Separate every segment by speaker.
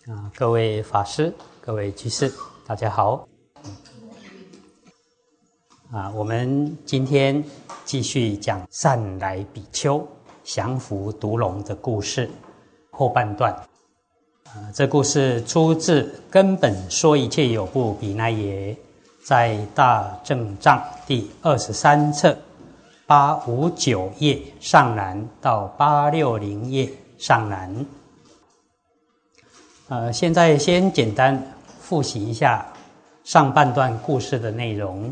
Speaker 1: 各位法师、各位居士，大家好。我们今天继续讲善来比丘降伏毒龙的故事后半段。这故事出自《根本说一切有部比奈耶》，在大正藏第23册859页上南到860页上南。现在先简单复习一下上半段故事的内容。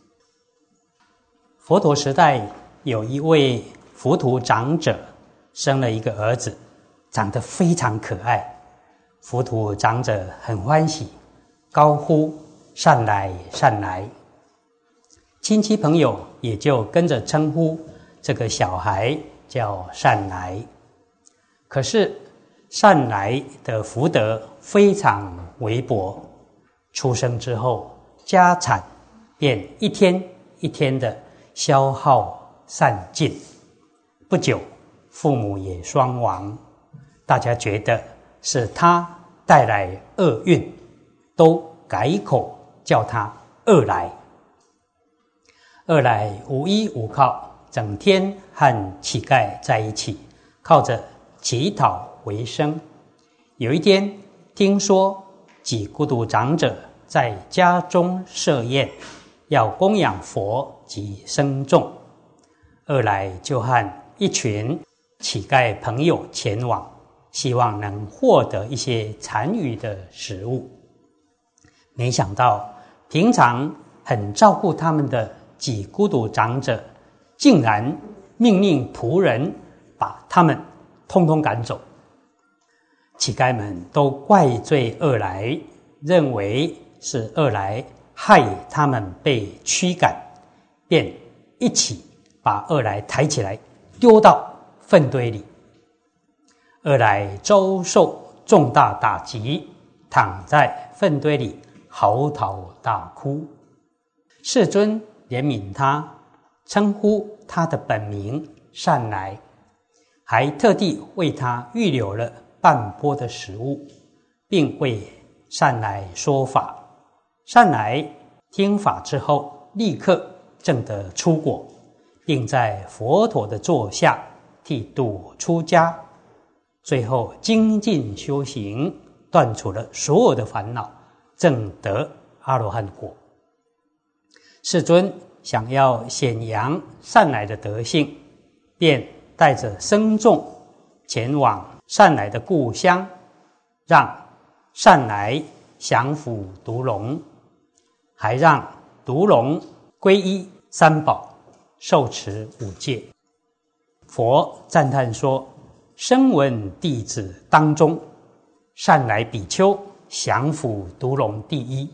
Speaker 1: 佛陀时代有一位浮屠长者生了一个儿子，长得非常可爱。浮屠长者很欢喜，高呼善来善来。亲戚朋友也就跟着称呼这个小孩叫善来。可是善来的福德非常微薄，出生之后家产便一天一天的消耗散尽，不久父母也双亡。大家觉得是他带来厄运，都改口叫他恶来。恶来无依无靠，整天和乞丐在一起，靠着乞讨为生。有一天听说几孤独长者在家中设宴，要供养佛及僧众，恶来就和一群乞丐朋友前往，希望能获得一些残余的食物。没想到平常很照顾他们的几孤独长者，竟然命令仆人把他们通通赶走。乞丐们都怪罪恶来，认为是恶来害他们被驱赶，便一起把恶来抬起来丢到粪堆里。恶来遭受重大打击，躺在粪堆里嚎啕大哭。世尊怜悯他，称呼他的本名善来，还特地为他预留了半钵的食物，并为善来说法。善来听法之后，立刻证得出果，并在佛陀的座下剃度出家，最后精进修行，断除了所有的烦恼，证得阿罗汉果。世尊想要显扬善来的德性，便带着僧众前往善来的故乡，让善来降伏毒龙，还让毒龙皈依三宝，受持五戒。佛赞叹说：声闻弟子当中，善来比丘降伏毒龙第一。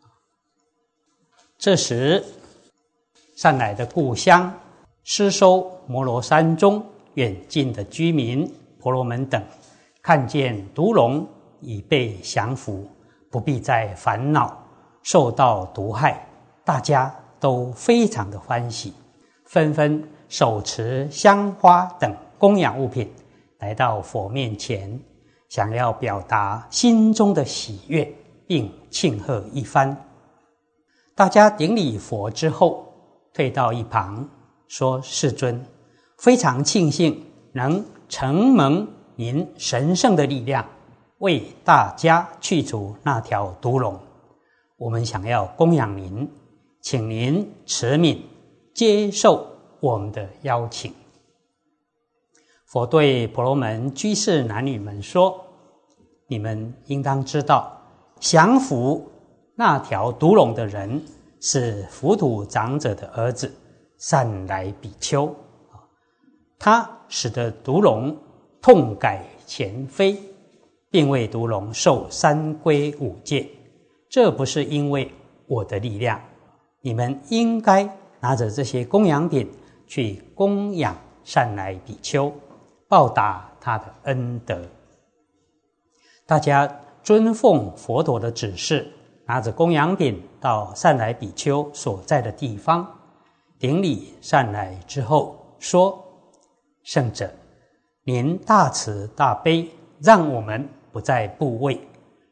Speaker 1: 这时善来的故乡尸收摩罗山中远近的居民婆罗门等，看见毒龙已被降服，不必再烦恼受到毒害，大家都非常的欢喜，纷纷手持香花等供养物品来到佛面前，想要表达心中的喜悦，并庆贺一番。大家顶礼佛之后，退到一旁说：世尊，非常庆幸能承蒙您神圣的力量，为大家去除那条毒龙。我们想要供养您，请您慈悯接受我们的邀请。佛对婆罗门居士男女们说：你们应当知道，降服那条毒龙的人是浮屠长者的儿子善来比丘，他使得毒龙痛改前非，并为毒龙受三皈五戒。这不是因为我的力量，你们应该拿着这些供养品去供养善来比丘，报答他的恩德。大家遵奉佛陀的指示，拿着供养品到善来比丘所在的地方，顶礼善来之后说：圣者，您大慈大悲，让我们不再怖畏，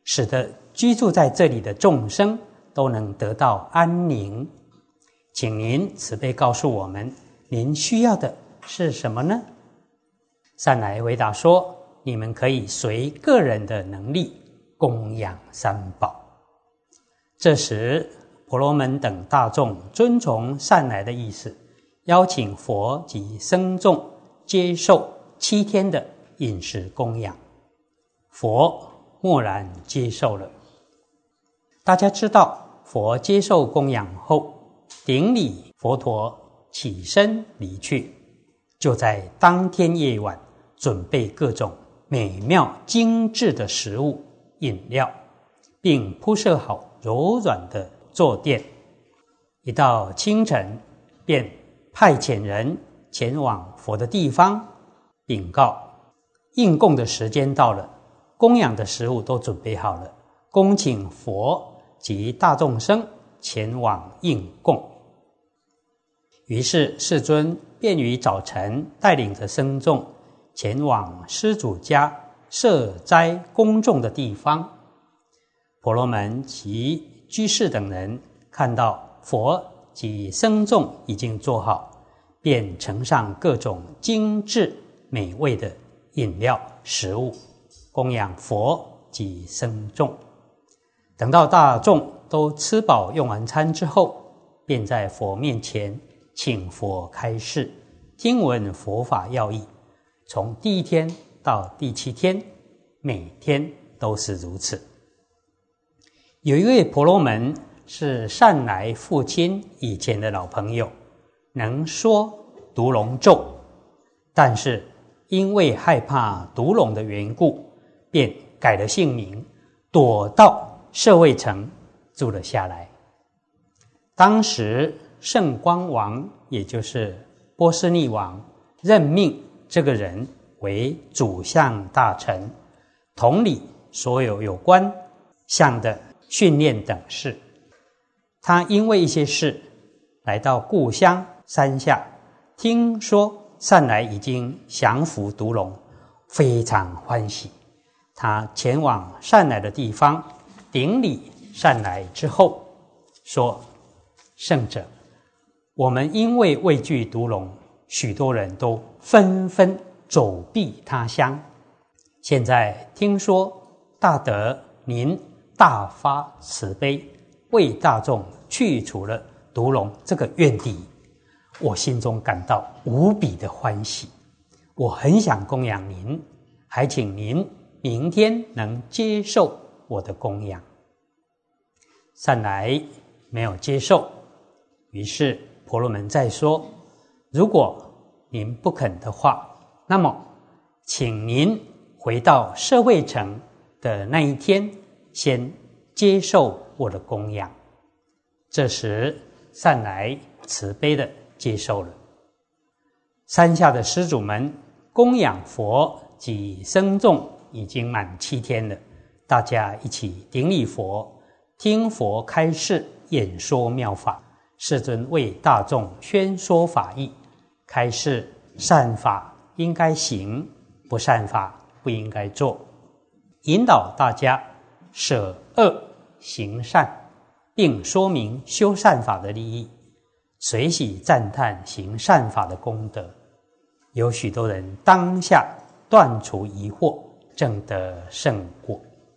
Speaker 1: 使得居住在这里的众生都能得到安宁。请您慈悲告诉我们，您需要的是什么呢？善来回答说，你们可以随个人的能力供养三宝。这时婆罗门等大众遵从善来的意思，邀请佛及僧众接受7天的饮食供养。佛默然接受了。大家知道，佛接受供养后，顶礼佛陀，起身离去，就在当天夜晚准备各种美妙精致的食物饮料，并铺设好柔软的坐垫。一到清晨，便派遣人前往佛的地方禀告，应供的时间到了，供养的食物都准备好了，恭请佛及大众生前往应供。于是世尊便于早晨带领着僧众前往施主家设斋供众的地方。婆罗门及居士等人看到佛及僧众已经做好，便盛上各种精致美味的饮料食物，供养佛及僧众。等到大众都吃饱用完餐之后，便在佛面前请佛开示，听闻佛法要义。从第1天到第7天，每天都是如此。有一位婆罗门是善来父亲以前的老朋友，能说毒龙咒，但是因为害怕毒龙的缘故，便改了姓名，躲到舍卫城住了下来。当时圣光王，也就是波斯匿王，任命这个人为主相大臣，统理所有有关相的训练等事。他因为一些事来到故乡山下，听说善来已经降服毒龙，非常欢喜。他前往善来的地方顶礼善来之后说，圣者，我们因为畏惧毒龙，许多人都纷纷走避他乡。现在听说大德您大发慈悲，为大众去除了毒龙这个怨敌，我心中感到无比的欢喜。我很想供养您，还请您明天能接受我的供养。善来没有接受，于是婆罗门再说，如果您不肯的话，那么请您回到舍卫城的那一天，先接受我的供养。这时善来慈悲地接受了。山下的施主们供养佛及僧众已经满7天了，大家一起顶礼佛，听佛开示演说妙法。世尊为大众宣说法义，开示善法应该行，不善法不应该做，引导大家舍恶行善，并说明修善法的利益，随喜赞叹行善法的功德。有许多人当下断除疑惑，证得圣果。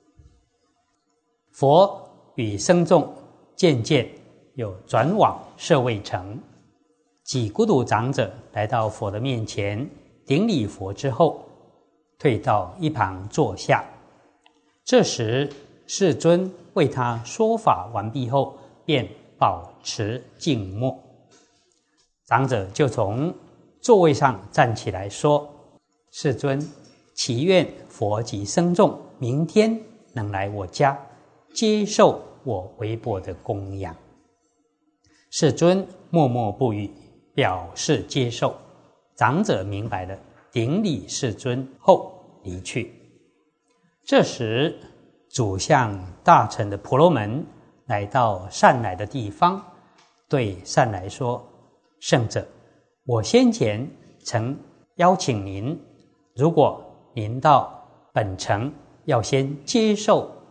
Speaker 1: 佛与僧众渐渐又转往舍卫城。几孤独长者来到佛的面前，顶礼佛之后，退到一旁坐下。这时世尊为他说法完毕后，便保持静默。长者就从座位上站起来说，世尊，祈愿佛及僧众明天能来我家，接受我微薄的供养。世尊默默不语，表示接受。长者明白了，顶礼世尊后离去。这时主相大臣的婆罗门来到善来的地方，对善来说，圣者，我先前曾邀请您，如果您到本城，要先接受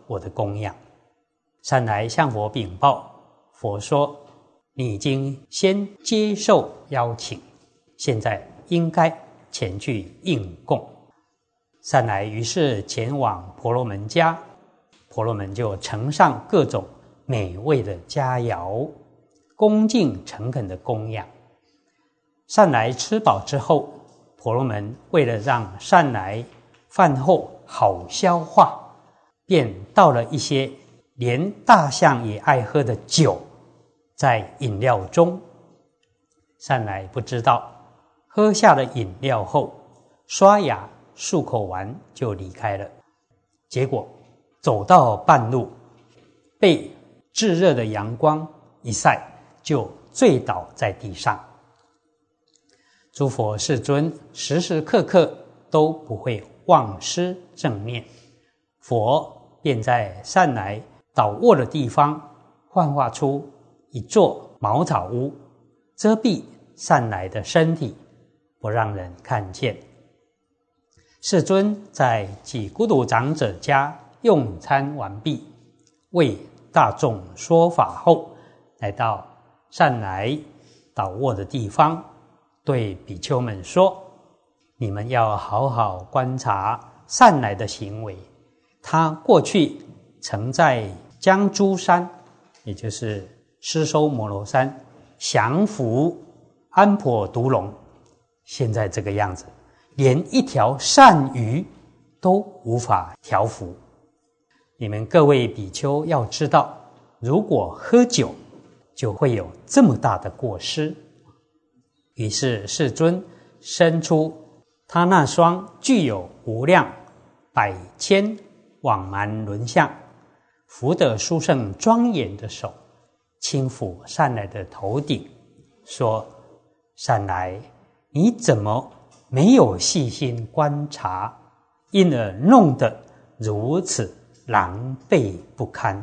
Speaker 1: 我的供养。善来向佛禀报，佛说：你已经先接受邀请，现在应该前去应供。善来于是前往婆罗门家，婆罗门就呈上各种美味的佳肴，恭敬诚恳的供养。善来吃饱之后，婆罗门为了让善来饭后好消化，便倒了一些连大象也爱喝的酒在饮料中。善来不知道，喝下了饮料后，刷牙漱口完就离开了。结果走到半路，被炙热的阳光一晒，就醉倒在地上。诸佛世尊时时刻刻都不会忘失正念，佛便在善来倒卧的地方幻化出一座茅草屋，遮蔽善来的身体，不让人看见。世尊在给孤独长者家用餐完毕，为大众说法后，来到善来倒卧的地方，对比丘们说：你们要好好观察善来的行为。他过去曾在江珠山，也就是尸收摩罗山降服安婆毒龙，现在这个样子，连一条鳝鱼都无法调服。你们各位比丘要知道，如果喝酒就会有这么大的过失。于是世尊伸出他那双具有无量百千往蛮轮相、福德殊胜庄严的手，轻抚善来的头顶，说：善来，你怎么没有细心观察，因而弄得如此狼狈不堪？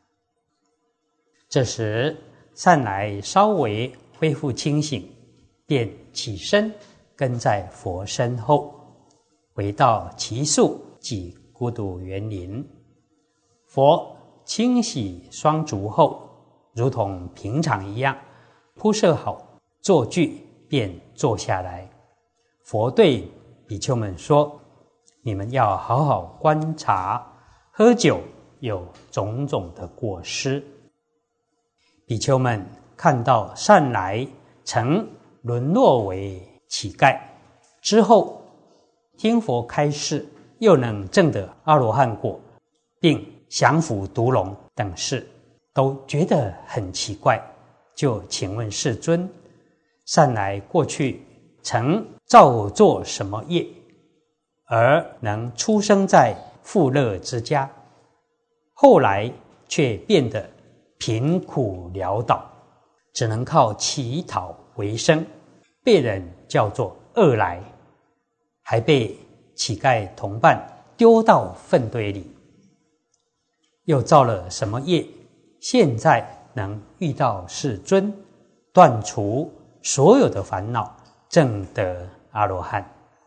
Speaker 1: 这时善来稍微恢复清醒，便起身跟在佛身后，回到祇树及孤独园林。佛清洗双足后，如同平常一样铺设好坐具，便坐下来。佛对比丘们说：你们要好好观察，喝酒有种种的过失。比丘们看到善来曾沦落为乞丐，之后听佛开示，又能证得阿罗汉果，并降伏毒龙等事，都觉得很奇怪，就请问世尊：善来过去曾造作什么业，而能出生在富乐之家，后来却变得贫苦潦倒，只能靠乞讨为生，被人叫做恶来，还被乞丐同伴丢到粪堆里。又造了什么业，现在能遇到世尊，断除所有的烦恼，证得阿罗汉？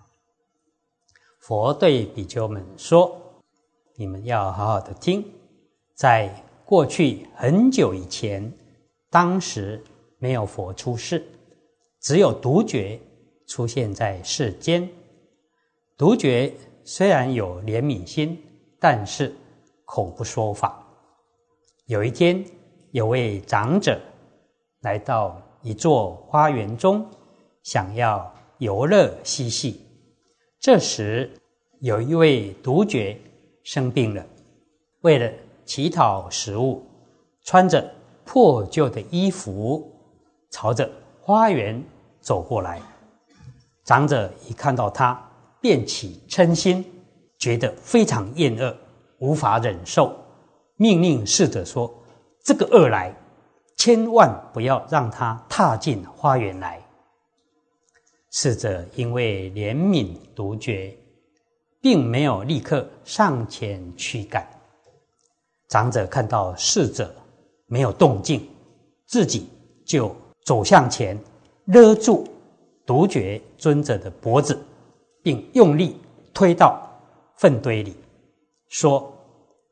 Speaker 1: 佛对比丘们说：你们要好好的听，在过去很久以前，当时没有佛出世，只有独觉出现在世间。独觉虽然有怜悯心，但是口不说法。有一天，有位长者来到一座花园中，想要游乐嬉戏。这时有一位独觉生病了，为了乞讨食物，穿着破旧的衣服，朝着花园走过来。长者一看到他，便起嗔心，觉得非常厌恶，无法忍受，命令侍者说：这个恶来，千万不要让他踏进花园来。侍者因为怜悯独觉，并没有立刻上前驱赶。长者看到侍者没有动静，自己就走向前，勒住独觉尊者的脖子，并用力推到粪堆里，说：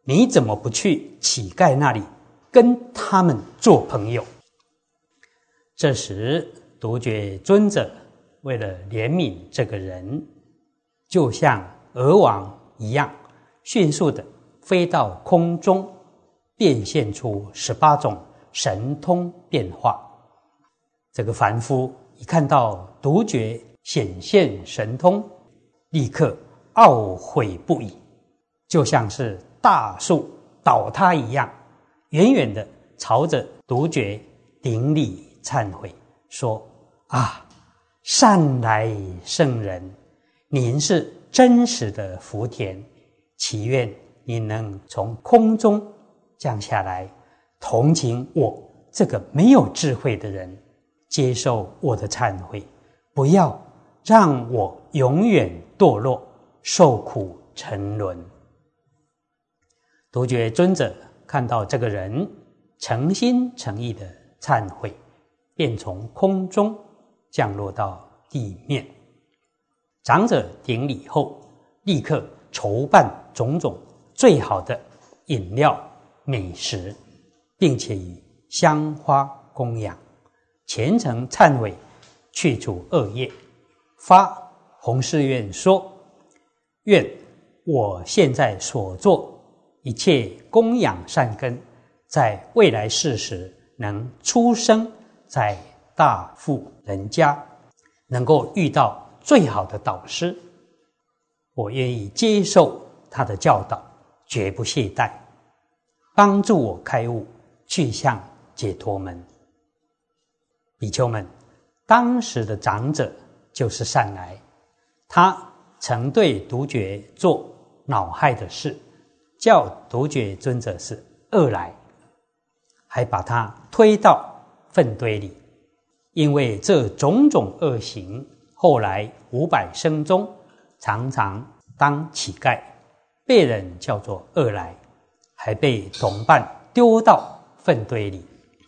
Speaker 1: 你怎么不去乞丐那里跟他们做朋友？”这时独觉尊者为了怜悯这个人，就像鹅王一样，迅速地飞到空中，变现出18种神通变化。这个凡夫一看到独觉显现神通，立刻懊悔不已，就像是大树倒塌一样，远远地朝着独觉顶礼忏悔，说：“啊，善来圣人，您是真实的福田，祈愿您能从空中降下来，同情我这个没有智慧的人，接受我的忏悔，不要让我永远堕落，受苦沉沦。”独觉尊者看到这个人诚心诚意的忏悔，便从空中降落到地面。长者顶礼后，立刻筹办种种最好的饮料美食，并且以香花供养，虔诚忏悔，去除恶业，发弘誓愿说：“愿我现在所做一切供养善根，在未来世时能出生在大富人家，能够遇到最好的导师，我愿意接受他的教导，绝不懈怠，帮助我开悟，去向解脱门。”比丘们，当时的长者就是善来，他曾对独觉做恼害的事，叫独觉尊者是恶来，还把他推到粪堆里。因为这种种恶行，后来500生中常常当乞丐，被人叫做恶来，还被同伴丢到粪堆里。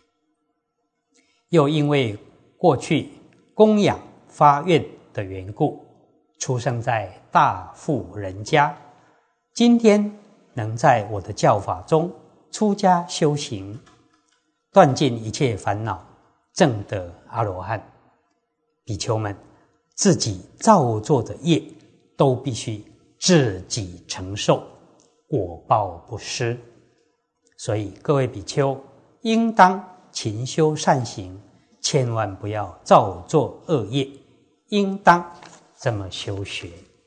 Speaker 1: 又因为过去供养发愿的缘故，出生在大富人家，今天能在我的教法中出家修行，断尽一切烦恼，证得阿罗汉。比丘们，自己造作的业都必须自己承受，果报不失。所以各位比丘应当勤修善行，千万不要造作恶业，应当这么修学。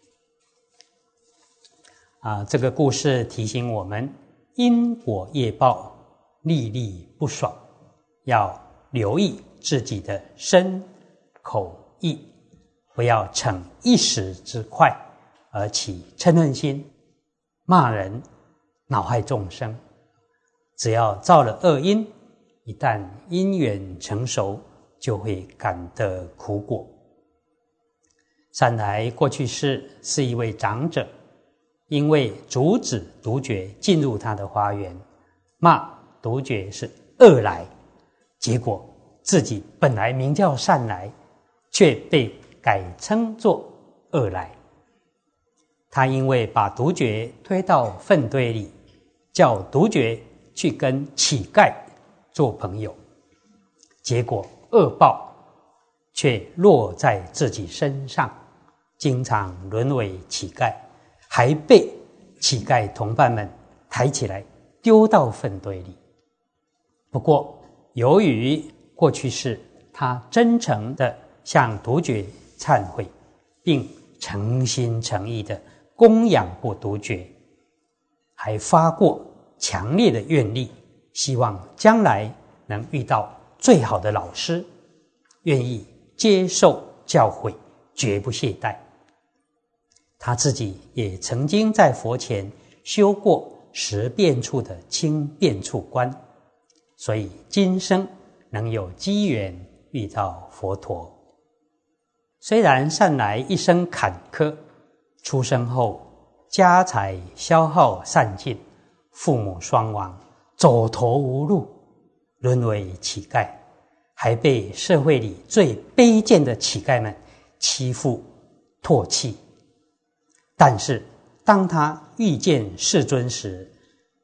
Speaker 1: 这个故事提醒我们，因果业报历历不爽，要留意自己的身口意，不要逞一时之快而起嗔恨心，骂人，恼害众生。只要造了恶因，一旦因缘成熟，就会感得苦果。善来过去世是一位长者，因为阻止独觉进入他的花园，骂独觉是恶来，结果自己本来名叫善来，却被改称作恶来。他因为把独觉推到粪堆里，叫独觉去跟乞丐做朋友，结果恶报却落在自己身上，经常沦为乞丐，还被乞丐同伴们抬起来丢到粪堆里。不过由于过去世他真诚地向独觉忏悔，并诚心诚意地供养过独觉，还发过强烈的愿力，希望将来能遇到最好的老师，愿意接受教诲，绝不懈怠。他自己也曾经在佛前修过10变处的轻变处观，所以今生能有机缘遇到佛陀。虽然善来一生坎坷，出生后家财消耗散尽，父母双亡，走投无路，沦为乞丐，还被社会里最卑贱的乞丐们欺负唾弃。但是当他遇见世尊时，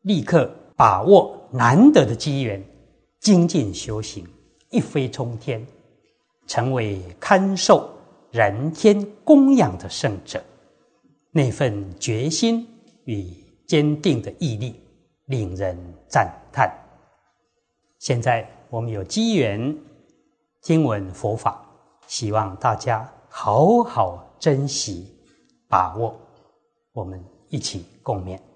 Speaker 1: 立刻把握难得的机缘，精进修行，一飞冲天，成为堪受人天供养的圣者。那份决心与坚定的毅力令人赞叹。现在我们有机缘听闻佛法，希望大家好好珍惜把握，我们一起共勉。